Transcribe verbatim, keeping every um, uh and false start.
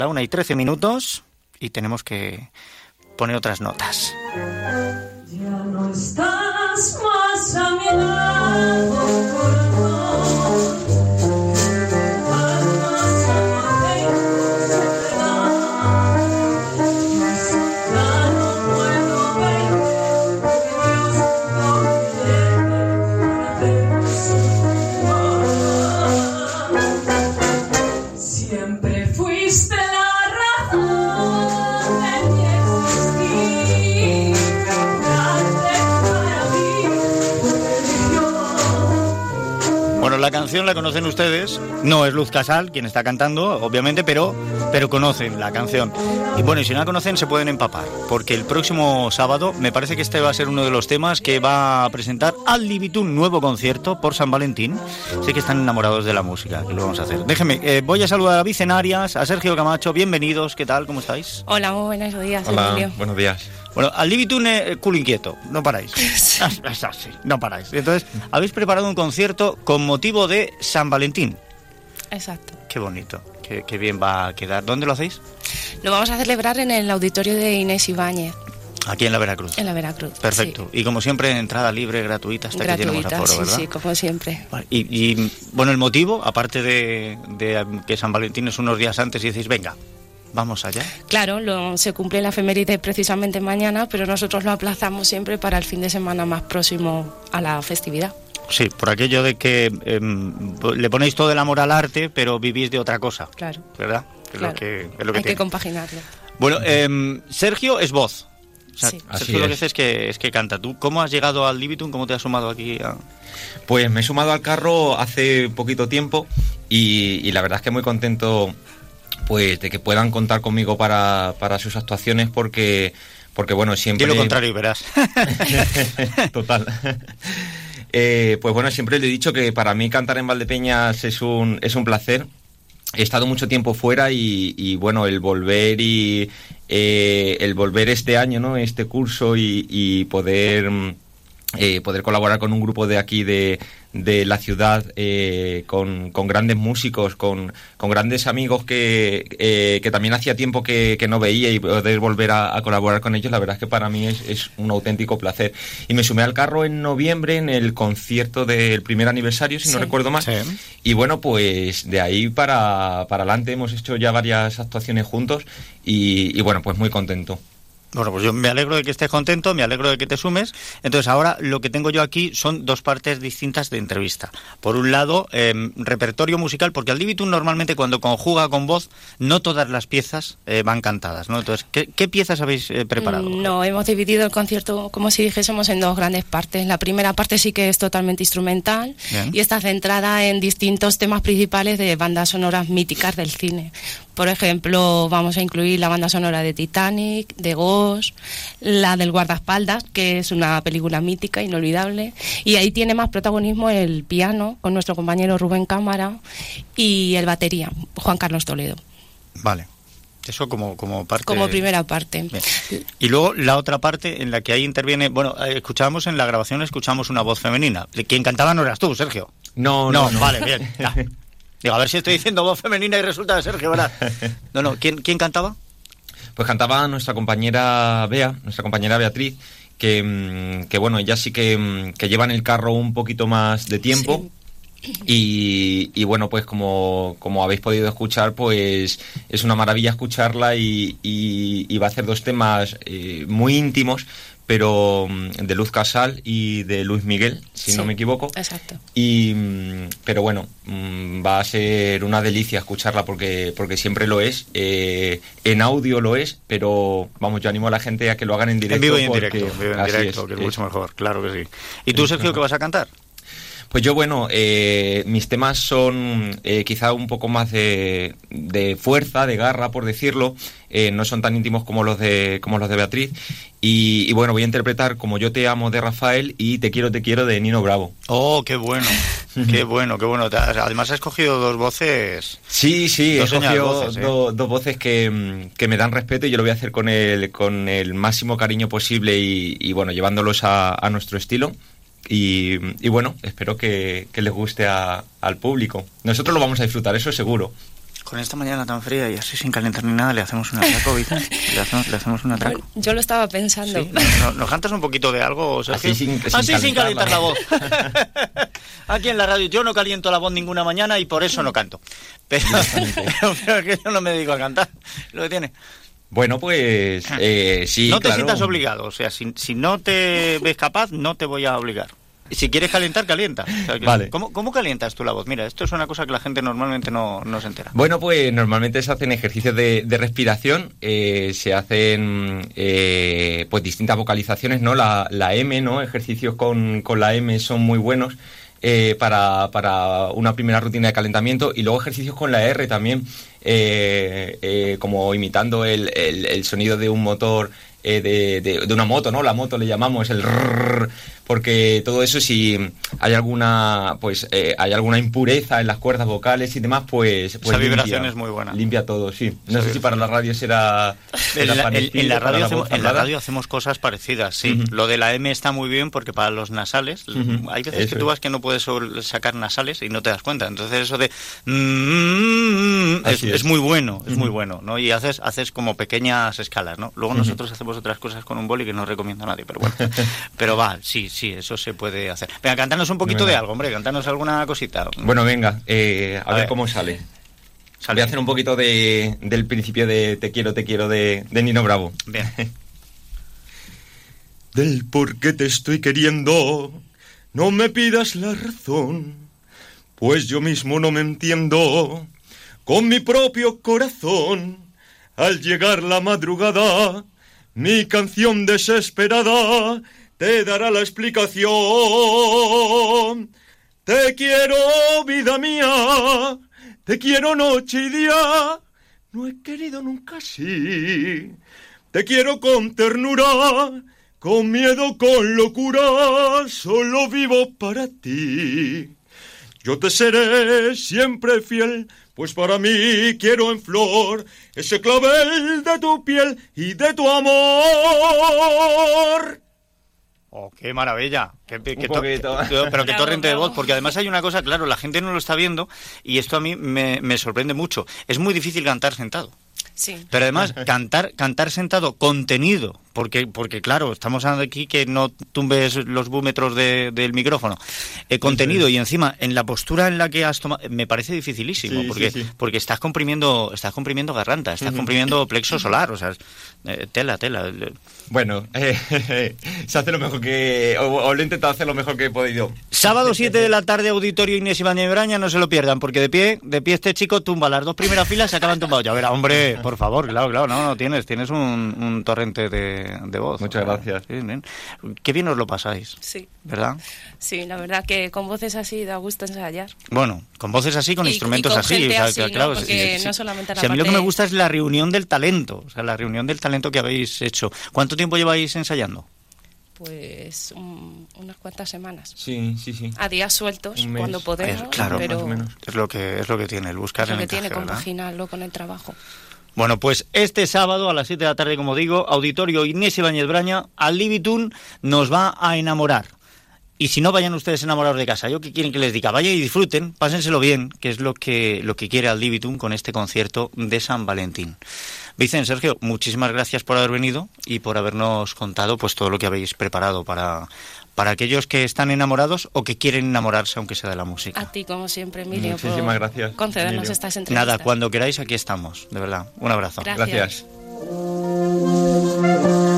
La una y trece minutos y tenemos que poner otras notas. Ya no estás más a mi lado, corazón. La canción la conocen ustedes, no es Luz Casal quien está cantando, obviamente, pero, pero conocen la canción. Y bueno, y si no la conocen se pueden empapar, porque el próximo sábado me parece que este va a ser uno de los temas que va a presentar Al Libitun, nuevo concierto por San Valentín. Sé que están enamorados de la música, que lo vamos a hacer. Déjenme, eh, voy a saludar a Vicenarias, a Sergio Camacho, bienvenidos, ¿qué tal? ¿Cómo estáis? Hola, muy buenos días. Hola, Emilio. Buenos días. Bueno, Al Libitun es culo inquieto, no paráis. Sí. Es así, no paráis. Entonces, habéis preparado un concierto con motivo de San Valentín. Exacto. Qué bonito, qué, qué bien va a quedar. ¿Dónde lo hacéis? Lo vamos a celebrar en el auditorio de Inés Ibáñez. Aquí en la Veracruz. En la Veracruz. Perfecto. Sí. Y como siempre, entrada libre, gratuita, hasta Gratuita, que llenemos aforo, sí, ¿verdad? sí, como siempre. Vale. Y, y, bueno, el motivo, aparte de, de que San Valentín es unos días antes y decís, venga, vamos allá. Claro, lo, se cumple la efeméride precisamente mañana, pero nosotros lo aplazamos siempre para el fin de semana más próximo a la festividad. Sí, por aquello de que eh, le ponéis todo el amor al arte, pero vivís de otra cosa. Claro. ¿Verdad? Es Claro. lo que, es lo que Hay tiene. que compaginarlo. Bueno, eh, Sergio es voz. O sea, Sí. Sergio Así lo que es. hace es que, es que canta. ¿Tú cómo has llegado al Libitun? ¿Cómo te has sumado aquí a...? Pues me he sumado al carro hace poquito tiempo y, y la verdad es que muy contento pues de que puedan contar conmigo para, para sus actuaciones porque, porque bueno, siempre... Di lo contrario y verás. Total. Eh, pues bueno, siempre le he dicho que para mí cantar en Valdepeñas es un, es un placer. He estado mucho tiempo fuera y, y bueno, el volver y eh, el volver este año, ¿no? Este curso y, y poder eh, poder colaborar con un grupo de aquí de, de la ciudad, eh, con, con grandes músicos, con, con grandes amigos que, eh, que también hacía tiempo que, que no veía y poder volver a, a colaborar con ellos, la verdad es que para mí es, es un auténtico placer. Y me sumé al carro en noviembre en el concierto del primer aniversario, si Sí. no recuerdo mal. Sí. Y bueno, pues de ahí para, para adelante hemos hecho ya varias actuaciones juntos y, y bueno, pues muy contento. Bueno, pues yo me alegro de que estés contento, me alegro de que te sumes. Entonces ahora lo que tengo yo aquí son dos partes distintas de entrevista. Por un lado, eh, repertorio musical, porque al Libitun normalmente cuando conjuga con voz, no todas las piezas eh, van cantadas, ¿no? Entonces, ¿qué, qué piezas habéis eh, preparado? No, hemos dividido el concierto, como si dijésemos, en dos grandes partes. La primera parte sí que es totalmente instrumental. Bien. Y está centrada en distintos temas principales de bandas sonoras míticas del cine. Por ejemplo, vamos a incluir la banda sonora de Titanic, de Ghost, la del Guardaespaldas, que es una película mítica, inolvidable, y ahí tiene más protagonismo el piano, con nuestro compañero Rubén Cámara, y el batería, Juan Carlos Toledo. Vale. Eso como, como parte... Como primera parte. Bien. Y luego la otra parte en la que ahí interviene... Bueno, eh, escuchábamos en la grabación, escuchamos una voz femenina. Quien cantaba no eras tú, Sergio. No, No, no, no. vale, bien. Ya. Digo, a ver si estoy diciendo voz femenina y resulta de Sergio, ¿verdad? No, no, ¿quién, quién cantaba? Pues cantaba nuestra compañera Bea, nuestra compañera Beatriz, que, que bueno, ella sí que, que lleva en el carro un poquito más de tiempo. Sí. Y, y bueno, pues como, como habéis podido escuchar, pues es una maravilla escucharla y, y, y va a hacer dos temas eh, muy íntimos, pero de Luz Casal y de Luis Miguel, si Sí, no me equivoco. Exacto. Y pero bueno, va a ser una delicia escucharla porque porque siempre lo es, eh, en audio lo es, pero vamos, yo animo a la gente a que lo hagan en directo. En vivo y en porque- directo, en vivo y en así directo, es, que es es- mucho mejor, claro que sí. ¿Y tú, Sergio, qué vas a cantar? Pues yo, bueno, eh, mis temas son eh, quizá un poco más de, de fuerza, de garra, por decirlo. Eh, no son tan íntimos como los de como los de Beatriz. Y, y bueno, voy a interpretar Como yo te amo de Rafael y Te quiero, te quiero de Nino Bravo. Oh, qué bueno, qué bueno, qué bueno. Te has- Además has escogido dos voces... Sí, sí, Dos he cogido voces, ¿eh? do- dos voces que, que me dan respeto y yo lo voy a hacer con el, con el máximo cariño posible y, y bueno, llevándolos a, a nuestro estilo. Y, y bueno, espero que, que les guste a- al público. Nosotros lo vamos a disfrutar, eso seguro. Con esta mañana tan fría y así sin calentar ni nada, le hacemos una atraco, Vicente. Le hacemos, le hacemos un atraco. Yo lo estaba pensando. ¿Sí? ¿Nos, ¿Nos cantas un poquito de algo, Sergio? Así sin, sin así sin calentar la calentarla. voz. Aquí en la radio yo no caliento la voz ninguna mañana y por eso no canto. Pero, pero, pero es que yo no me dedico a cantar. Lo que tiene. Bueno, pues eh, sí, No te claro. sientas obligado. O sea, si, si no te ves capaz, no te voy a obligar. Si quieres calentar, calienta. O sea, que- Vale. ¿Cómo, ¿Cómo calientas tú la voz? Mira, esto es una cosa que la gente normalmente no, no se entera. Bueno, pues normalmente se hacen ejercicios de, de respiración, eh, se hacen eh, pues distintas vocalizaciones, ¿no? La, la M, ¿no? Ejercicios con, con la M son muy buenos eh, para, para una primera rutina de calentamiento, y luego ejercicios con la R también, eh, eh, como imitando el, el, el sonido de un motor, eh, de, de, de una moto, ¿no? La moto le llamamos el rrrr, porque todo eso, si hay alguna pues eh, hay alguna impureza en las cuerdas vocales y demás, pues, pues Esa vibración limpia, es muy buena. limpia todo, sí. No Esa sé si para la radio será, En será la, en- parecido, en la para radio la hacemos, voz en la hablada. radio hacemos cosas parecidas, sí. Ujú. Lo de la M está muy bien porque para los nasales, Ujú. hay veces Eso que tú es. vas que no puedes sobre- sacar nasales y no te das cuenta. Entonces eso de mm, es, Así es es. muy bueno, es Ujú. muy bueno, ¿no? Y haces haces como pequeñas escalas, ¿no? Luego Ujú. nosotros hacemos otras cosas con un boli que no recomiendo a nadie, pero bueno. Pero va, sí, sí, eso se puede hacer. Venga, cántanos un poquito Venga. de algo, hombre, cántanos alguna cosita. Bueno, venga, eh, a, A ver, ver. cómo sale. Sale. Voy a hacer un poquito de, del principio de Te quiero, te quiero de, de Nino Bravo. Bien. Del por qué te estoy queriendo, no me pidas la razón, pues yo mismo no me entiendo con mi propio corazón. Al llegar la madrugada, mi canción desesperada te dará la explicación. Te quiero, vida mía, te quiero noche y día, no he querido nunca así. Te quiero con ternura, con miedo, con locura, solo vivo para ti. Yo te seré siempre fiel, pues para mí quiero en flor ese clavel de tu piel y de tu amor. Oh, qué maravilla. Qué, qué- Un qué to- poquito. qué- pero qué Bravo, torrente de bravo. voz, porque además hay una cosa, claro, la gente no lo está viendo y esto a mí me, me sorprende mucho. Es muy difícil cantar sentado. Sí. Pero además, cantar cantar sentado, contenido, porque porque claro, estamos hablando aquí que no tumbes los búmetros de- del micrófono. Eh, contenido y encima en la postura en la que has tomado, me parece dificilísimo, Sí, porque sí, sí. porque estás comprimiendo estás comprimiendo garganta, estás Ujú. comprimiendo plexo solar, o sea, es- eh, tela, tela. Bueno, eh, se hace lo mejor que... O, o lo he intentado hacer lo mejor que he podido. Sábado siete de la tarde, Auditorio Inés Ibáñez Braña, no se lo pierdan, porque de pie, de pie este chico tumba las dos primeras filas, se acaban tumbados. Ya verá, hombre, por favor, claro, claro, no, no, tienes, tienes un, un torrente de, de voz. Muchas gracias. Sí, bien. Qué bien os lo pasáis, Sí, ¿verdad? sí, la verdad que con voces así da gusto ensayar. Bueno, con voces así, con Y- instrumentos y con así. gente o sea, así, que, ¿no? claro, Porque sí, no sí. solamente la Si a mí lo que parte- me gusta es la reunión del talento, o sea, la reunión del talento que habéis hecho. ¿Cuánto tiempo lleváis ensayando? Pues un- unas cuantas semanas. Sí, sí, sí. A días sueltos, Un mes. cuando podemos, Eh, claro, pero más o menos. Es lo que es lo que tiene, el buscar es lo el que encaje, tiene ¿verdad? compaginarlo con el trabajo. Bueno, pues este sábado a las siete de la tarde, como digo, Auditorio Inés Ibáñez Braña, al Libitún nos va a enamorar. Y si no, vayan ustedes enamorados de casa. ¿Yo qué quieren que les diga? Vayan y disfruten, pásenselo bien, que es lo que, lo que quiere al Libitún con este concierto de San Valentín. Vicente, Sergio, muchísimas gracias por haber venido y por habernos contado pues todo lo que habéis preparado para, para aquellos que están enamorados o que quieren enamorarse, aunque sea de la música. A ti, como siempre, Emilio, por Muchísimas gracias, concedernos Emilio. estas entrevistas. Nada, cuando queráis, aquí estamos, de verdad. Un abrazo. Gracias. Gracias.